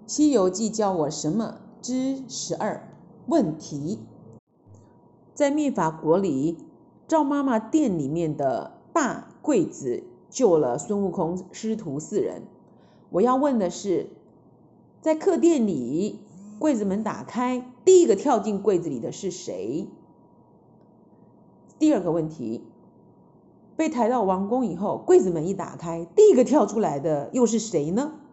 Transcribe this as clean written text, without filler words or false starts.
西游记教我什么之12问题。在灭法国里，赵妈妈店里面的大柜子救了孙悟空师徒4人。我要问的是，在客店里，柜子门打开，第一个跳进柜子里的是谁？第二个问题，被抬到王宫以后，柜子门一打开，第一个跳出来的又是谁呢？